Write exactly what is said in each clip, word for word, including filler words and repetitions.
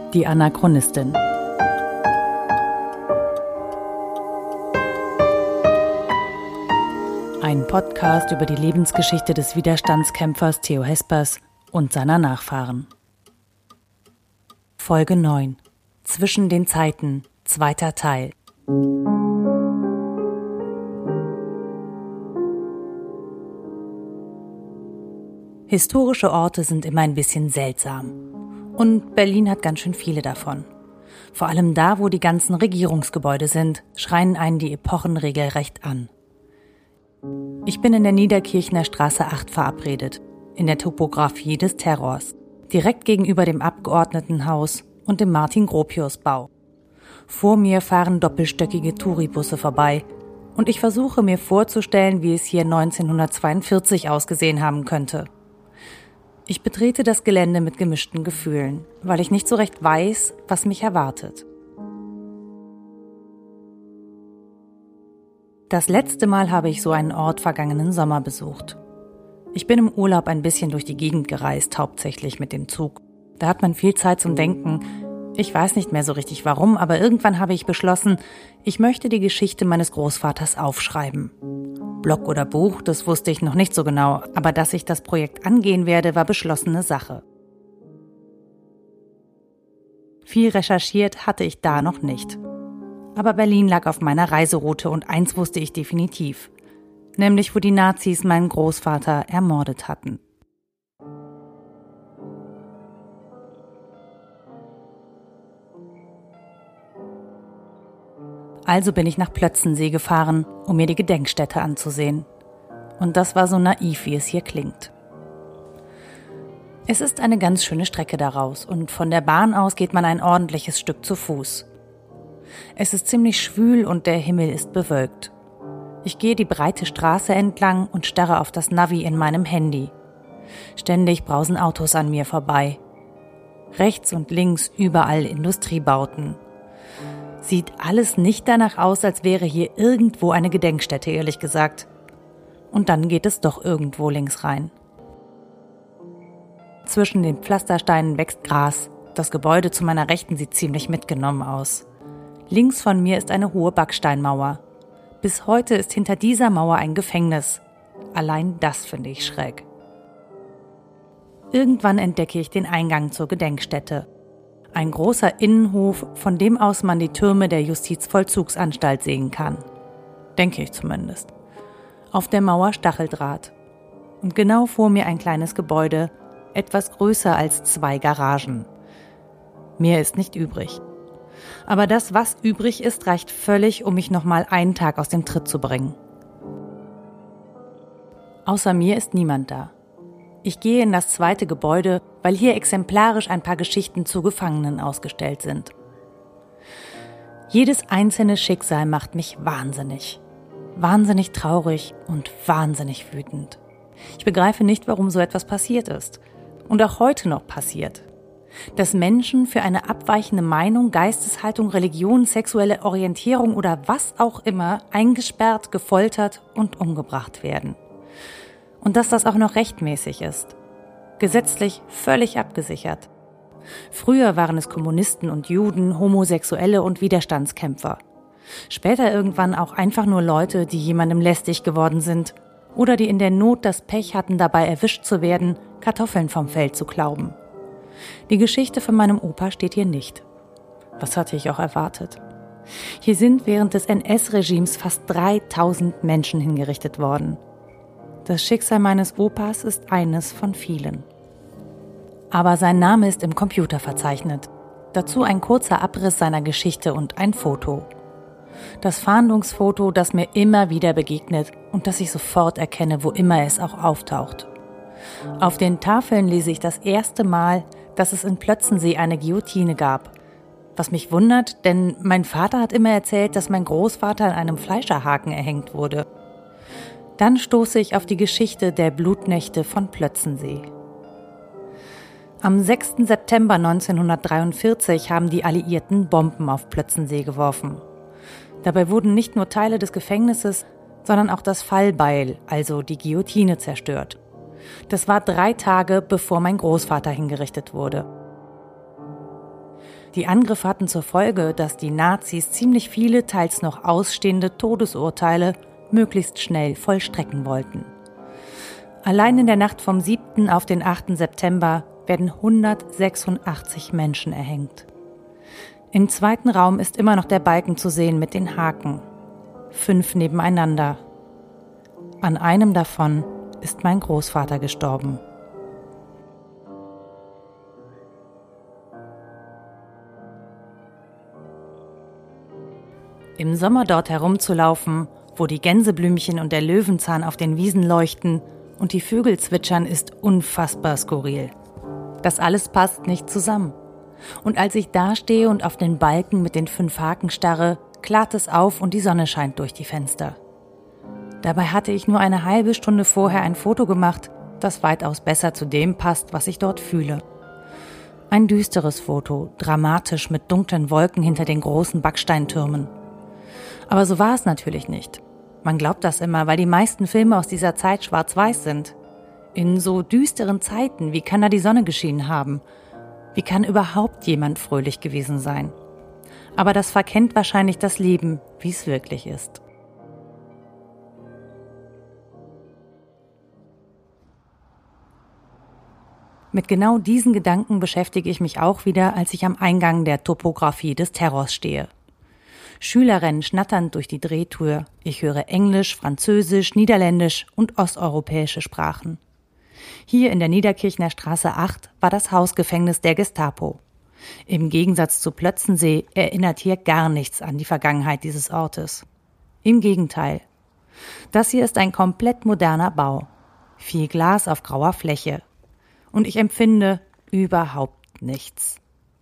Die Anachronistin. Ein Podcast über die Lebensgeschichte des Widerstandskämpfers Theo Hespers und seiner Nachfahren. Folge neun. Zwischen den Zeiten. Zweiter Teil. Historische Orte sind immer ein bisschen seltsam. Und Berlin hat ganz schön viele davon. Vor allem da, wo die ganzen Regierungsgebäude sind, schreien einen die Epochen regelrecht an. Ich bin in der Niederkirchner Straße acht verabredet, in der Topografie des Terrors, direkt gegenüber dem Abgeordnetenhaus und dem Martin-Gropius-Bau. Vor mir fahren doppelstöckige Touribusse vorbei und ich versuche mir vorzustellen, wie es hier neunzehnhundertzweiundvierzig ausgesehen haben könnte. Ich betrete das Gelände mit gemischten Gefühlen, weil ich nicht so recht weiß, was mich erwartet. Das letzte Mal habe ich so einen Ort vergangenen Sommer besucht. Ich bin im Urlaub ein bisschen durch die Gegend gereist, hauptsächlich mit dem Zug. Da hat man viel Zeit zum Denken. Ich weiß nicht mehr so richtig warum, aber irgendwann habe ich beschlossen, ich möchte die Geschichte meines Großvaters aufschreiben. Blog oder Buch, das wusste ich noch nicht so genau, aber dass ich das Projekt angehen werde, war beschlossene Sache. Viel recherchiert hatte ich da noch nicht. Aber Berlin lag auf meiner Reiseroute und eins wusste ich definitiv, nämlich wo die Nazis meinen Großvater ermordet hatten. Also bin ich nach Plötzensee gefahren, um mir die Gedenkstätte anzusehen. Und das war so naiv, wie es hier klingt. Es ist eine ganz schöne Strecke daraus und von der Bahn aus geht man ein ordentliches Stück zu Fuß. Es ist ziemlich schwül und der Himmel ist bewölkt. Ich gehe die breite Straße entlang und starre auf das Navi in meinem Handy. Ständig brausen Autos an mir vorbei. Rechts und links überall Industriebauten. Sieht alles nicht danach aus, als wäre hier irgendwo eine Gedenkstätte, ehrlich gesagt. Und dann geht es doch irgendwo links rein. Zwischen den Pflastersteinen wächst Gras. Das Gebäude zu meiner Rechten sieht ziemlich mitgenommen aus. Links von mir ist eine hohe Backsteinmauer. Bis heute ist hinter dieser Mauer ein Gefängnis. Allein das finde ich schräg. Irgendwann entdecke ich den Eingang zur Gedenkstätte. Ein großer Innenhof, von dem aus man die Türme der Justizvollzugsanstalt sehen kann. Denke ich zumindest. Auf der Mauer Stacheldraht. Und genau vor mir ein kleines Gebäude, etwas größer als zwei Garagen. Mehr ist nicht übrig. Aber das, was übrig ist, reicht völlig, um mich nochmal einen Tag aus dem Tritt zu bringen. Außer mir ist niemand da. Ich gehe in das zweite Gebäude, weil hier exemplarisch ein paar Geschichten zu Gefangenen ausgestellt sind. Jedes einzelne Schicksal macht mich wahnsinnig. Wahnsinnig traurig und wahnsinnig wütend. Ich begreife nicht, warum so etwas passiert ist. Und auch heute noch passiert. Dass Menschen für eine abweichende Meinung, Geisteshaltung, Religion, sexuelle Orientierung oder was auch immer eingesperrt, gefoltert und umgebracht werden. Und dass das auch noch rechtmäßig ist. Gesetzlich völlig abgesichert. Früher waren es Kommunisten und Juden, Homosexuelle und Widerstandskämpfer. Später irgendwann auch einfach nur Leute, die jemandem lästig geworden sind oder die in der Not das Pech hatten, dabei erwischt zu werden, Kartoffeln vom Feld zu klauben. Die Geschichte von meinem Opa steht hier nicht. Was hatte ich auch erwartet? Hier sind während des N S-Regimes fast dreitausend Menschen hingerichtet worden. Das Schicksal meines Opas ist eines von vielen. Aber sein Name ist im Computer verzeichnet. Dazu ein kurzer Abriss seiner Geschichte und ein Foto. Das Fahndungsfoto, das mir immer wieder begegnet und das ich sofort erkenne, wo immer es auch auftaucht. Auf den Tafeln lese ich das erste Mal, dass es in Plötzensee eine Guillotine gab. Was mich wundert, denn mein Vater hat immer erzählt, dass mein Großvater an einem Fleischerhaken erhängt wurde. Dann stoße ich auf die Geschichte der Blutnächte von Plötzensee. Am sechsten September neunzehnhundertdreiundvierzig haben die Alliierten Bomben auf Plötzensee geworfen. Dabei wurden nicht nur Teile des Gefängnisses, sondern auch das Fallbeil, also die Guillotine, zerstört. Das war drei Tage, bevor mein Großvater hingerichtet wurde. Die Angriffe hatten zur Folge, dass die Nazis ziemlich viele, teils noch ausstehende Todesurteile möglichst schnell vollstrecken wollten. Allein in der Nacht vom siebten auf den achten September werden hundertsechsundachtzig Menschen erhängt. Im zweiten Raum ist immer noch der Balken zu sehen mit den Haken. Fünf nebeneinander. An einem davon ist mein Großvater gestorben. Im Sommer dort herumzulaufen, wo die Gänseblümchen und der Löwenzahn auf den Wiesen leuchten und die Vögel zwitschern, ist unfassbar skurril. Das alles passt nicht zusammen. Und als ich dastehe und auf den Balken mit den fünf Haken starre, klart es auf und die Sonne scheint durch die Fenster. Dabei hatte ich nur eine halbe Stunde vorher ein Foto gemacht, das weitaus besser zu dem passt, was ich dort fühle. Ein düsteres Foto, dramatisch mit dunklen Wolken hinter den großen Backsteintürmen. Aber so war es natürlich nicht. Man glaubt das immer, weil die meisten Filme aus dieser Zeit schwarz-weiß sind. In so düsteren Zeiten, wie kann da die Sonne geschienen haben? Wie kann überhaupt jemand fröhlich gewesen sein? Aber das verkennt wahrscheinlich das Leben, wie es wirklich ist. Mit genau diesen Gedanken beschäftige ich mich auch wieder, als ich am Eingang der Topographie des Terrors stehe. Schüler rennen schnatternd durch die Drehtür. Ich höre Englisch, Französisch, Niederländisch und osteuropäische Sprachen. Hier in der Niederkirchner Straße acht war das Hausgefängnis der Gestapo. Im Gegensatz zu Plötzensee erinnert hier gar nichts an die Vergangenheit dieses Ortes. Im Gegenteil. Das hier ist ein komplett moderner Bau. Viel Glas auf grauer Fläche. Und ich empfinde überhaupt nichts.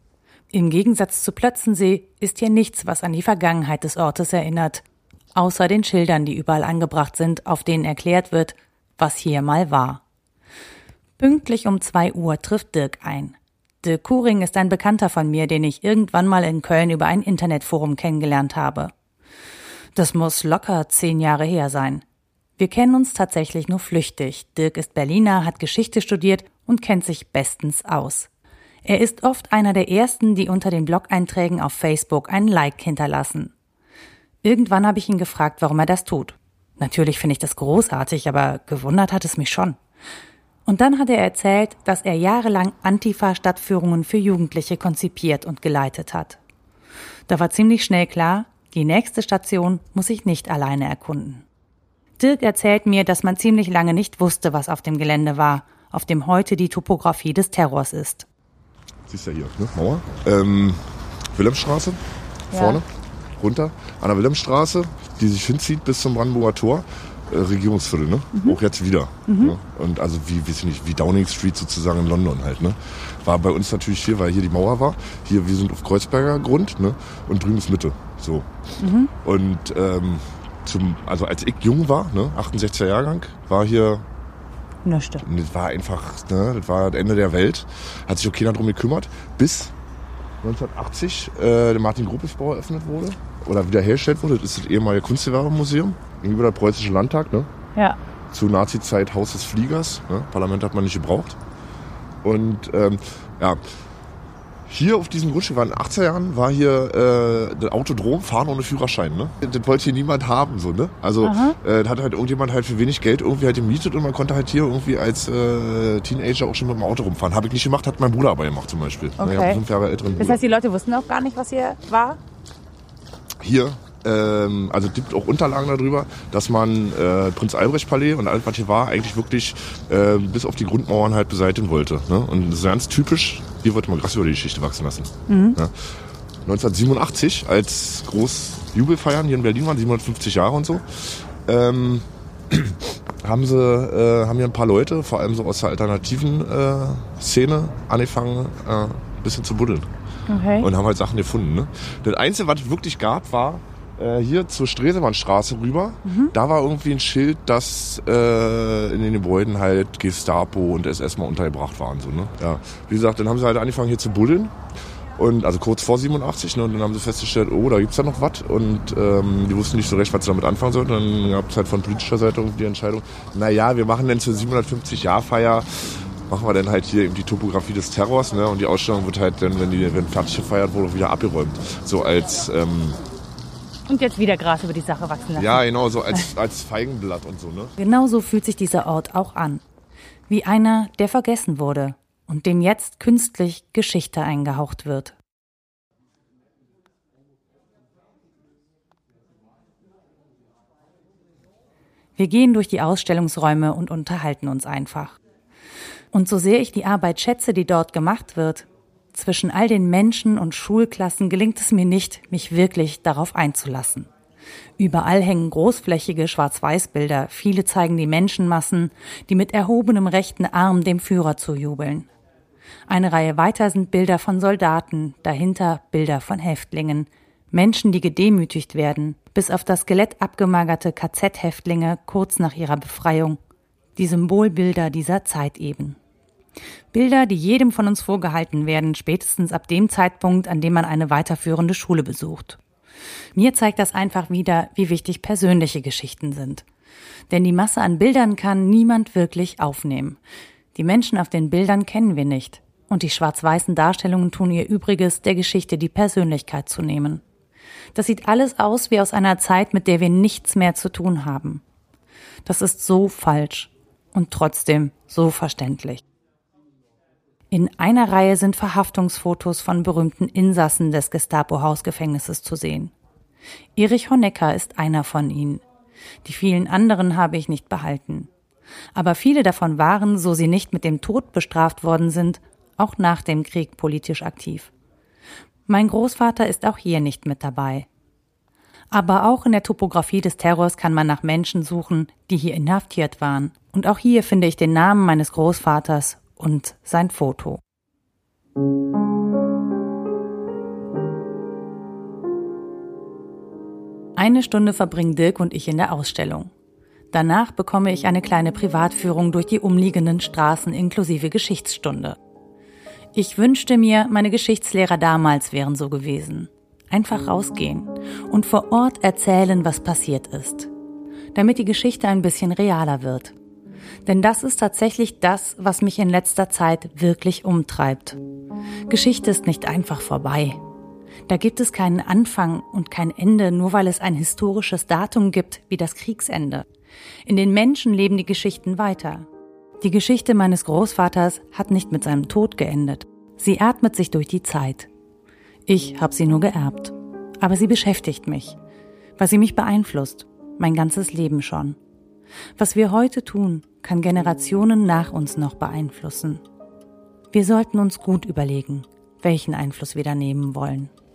Im Gegensatz zu Plötzensee ist hier nichts, was an die Vergangenheit des Ortes erinnert. Außer den Schildern, die überall angebracht sind, auf denen erklärt wird, was hier mal war. Pünktlich um zwei Uhr trifft Dirk ein. Dirk Kuring ist ein Bekannter von mir, den ich irgendwann mal in Köln über ein Internetforum kennengelernt habe. Das muss locker zehn Jahre her sein. Wir kennen uns tatsächlich nur flüchtig. Dirk ist Berliner, hat Geschichte studiert und kennt sich bestens aus. Er ist oft einer der Ersten, die unter den Blog-Einträgen auf Facebook einen Like hinterlassen. Irgendwann habe ich ihn gefragt, warum er das tut. Natürlich finde ich das großartig, aber gewundert hat es mich schon. Und dann hat er erzählt, dass er jahrelang Antifa-Stadtführungen für Jugendliche konzipiert und geleitet hat. Da war ziemlich schnell klar, die nächste Station muss ich nicht alleine erkunden. Dirk erzählt mir, dass man ziemlich lange nicht wusste, was auf dem Gelände war, auf dem heute die Topographie des Terrors ist. Siehst du hier, ne? Mauer. Ähm, Wilhelmstraße, ja. Vorne, runter. An der Wilhelmstraße, die sich hinzieht bis zum Brandenburger Tor. Äh, Regierungsviertel, ne? Mhm. Auch jetzt wieder. Mhm. Ne? Und also wie, weiß ich nicht, wie Downing Street sozusagen in London halt, ne? War bei uns natürlich hier, weil hier die Mauer war. Hier, wir sind auf Kreuzberger Grund, ne? Und drüben ist Mitte, so. Mhm. Und, ähm, zum, also als ich jung war, ne? achtundsechziger Jahrgang, war hier Nüchte. Das war einfach, ne, das war das Ende der Welt. Hat sich auch keiner drum gekümmert, bis neunzehnhundertachtzig äh, der Martin-Gropius-Bau eröffnet wurde oder wiederhergestellt wurde. Das ist das ehemalige Kunstgewerbemuseum gegenüber der Preußische Landtag. Ne? Ja. Zur Nazi-Zeit Haus des Fliegers. Ne? Parlament hat man nicht gebraucht. Und ähm, ja, hier auf diesem Grundstück, war in den achtziger Jahren, war hier äh, das Autodrom, fahren ohne Führerschein. Ne? Das wollte hier niemand haben. So, ne? Also äh, da hat halt irgendjemand halt für wenig Geld irgendwie halt gemietet und man konnte halt hier irgendwie als äh, Teenager auch schon mit dem Auto rumfahren. Habe ich nicht gemacht, hat mein Bruder aber gemacht zum Beispiel. Okay. Ich habe fünf Jahre älteren Bruder. Das heißt, die Leute wussten auch gar nicht, was hier war? Hier, ähm, also es gibt auch Unterlagen darüber, dass man äh, Prinz-Albrecht-Palais und alles, was hier war, eigentlich wirklich äh, bis auf die Grundmauern halt beseitigen wollte. Ne? Und das ist ganz typisch, hier wollte man Gras über die Geschichte wachsen lassen. Mhm. Ja? neunzehnhundertsiebenundachtzig, als groß Jubelfeiern hier in Berlin waren, siebenhundertfünfzig Jahre und so, ähm, haben sie, äh, haben hier ein paar Leute, vor allem so aus der alternativen äh, Szene, angefangen, äh, ein bisschen zu buddeln. Okay. Und haben halt Sachen gefunden. Ne? Das Einzige, was es wirklich gab, war äh, hier zur Stresemannstraße rüber. Mhm. Da war irgendwie ein Schild, dass äh, in den Gebäuden halt Gestapo und S S mal untergebracht waren. So, ne? Ja. Wie gesagt, dann haben sie halt angefangen hier zu buddeln. Und also kurz vor siebenundachtzig, ne, und dann haben sie festgestellt, oh, da gibt's ja noch was. Und ähm, die wussten nicht so recht, was sie damit anfangen sollten. Dann gab es halt von politischer Seite die Entscheidung, naja, wir machen dann zur siebenhundertfünfzig-Jahr-Feier machen wir dann halt hier eben die Topografie des Terrors, ne? Und die Ausstellung wird halt dann, wenn die wenn fertig gefeiert wurde, wieder abgeräumt. So als ähm, Und jetzt wieder Gras über die Sache wachsen lassen. Ja, genau, so als, als Feigenblatt und so, ne? Genau so fühlt sich dieser Ort auch an. Wie einer, der vergessen wurde und dem jetzt künstlich Geschichte eingehaucht wird. Wir gehen durch die Ausstellungsräume und unterhalten uns einfach. Und so sehr ich die Arbeit schätze, die dort gemacht wird, zwischen all den Menschen und Schulklassen gelingt es mir nicht, mich wirklich darauf einzulassen. Überall hängen großflächige Schwarz-Weiß-Bilder, viele zeigen die Menschenmassen, die mit erhobenem rechten Arm dem Führer zujubeln. Eine Reihe weiter sind Bilder von Soldaten, dahinter Bilder von Häftlingen, Menschen, die gedemütigt werden, bis auf das Skelett abgemagerte K Z-Häftlinge kurz nach ihrer Befreiung, die Symbolbilder dieser Zeit eben. Bilder, die jedem von uns vorgehalten werden, spätestens ab dem Zeitpunkt, an dem man eine weiterführende Schule besucht. Mir zeigt das einfach wieder, wie wichtig persönliche Geschichten sind. Denn die Masse an Bildern kann niemand wirklich aufnehmen. Die Menschen auf den Bildern kennen wir nicht. Und die schwarz-weißen Darstellungen tun ihr Übriges, der Geschichte die Persönlichkeit zu nehmen. Das sieht alles aus wie aus einer Zeit, mit der wir nichts mehr zu tun haben. Das ist so falsch und trotzdem so verständlich. In einer Reihe sind Verhaftungsfotos von berühmten Insassen des Gestapo-Hausgefängnisses zu sehen. Erich Honecker ist einer von ihnen. Die vielen anderen habe ich nicht behalten. Aber viele davon waren, so sie nicht mit dem Tod bestraft worden sind, auch nach dem Krieg politisch aktiv. Mein Großvater ist auch hier nicht mit dabei. Aber auch in der Topografie des Terrors kann man nach Menschen suchen, die hier inhaftiert waren. Und auch hier finde ich den Namen meines Großvaters und sein Foto. Eine Stunde verbringen Dirk und ich in der Ausstellung. Danach bekomme ich eine kleine Privatführung durch die umliegenden Straßen inklusive Geschichtsstunde. Ich wünschte mir, meine Geschichtslehrer damals wären so gewesen. Einfach rausgehen und vor Ort erzählen, was passiert ist. Damit die Geschichte ein bisschen realer wird. Denn das ist tatsächlich das, was mich in letzter Zeit wirklich umtreibt. Geschichte ist nicht einfach vorbei. Da gibt es keinen Anfang und kein Ende, nur weil es ein historisches Datum gibt, wie das Kriegsende. In den Menschen leben die Geschichten weiter. Die Geschichte meines Großvaters hat nicht mit seinem Tod geendet. Sie atmet sich durch die Zeit. Ich habe sie nur geerbt. Aber sie beschäftigt mich, weil sie mich beeinflusst, mein ganzes Leben schon. Was wir heute tun, kann Generationen nach uns noch beeinflussen. Wir sollten uns gut überlegen, welchen Einfluss wir da nehmen wollen.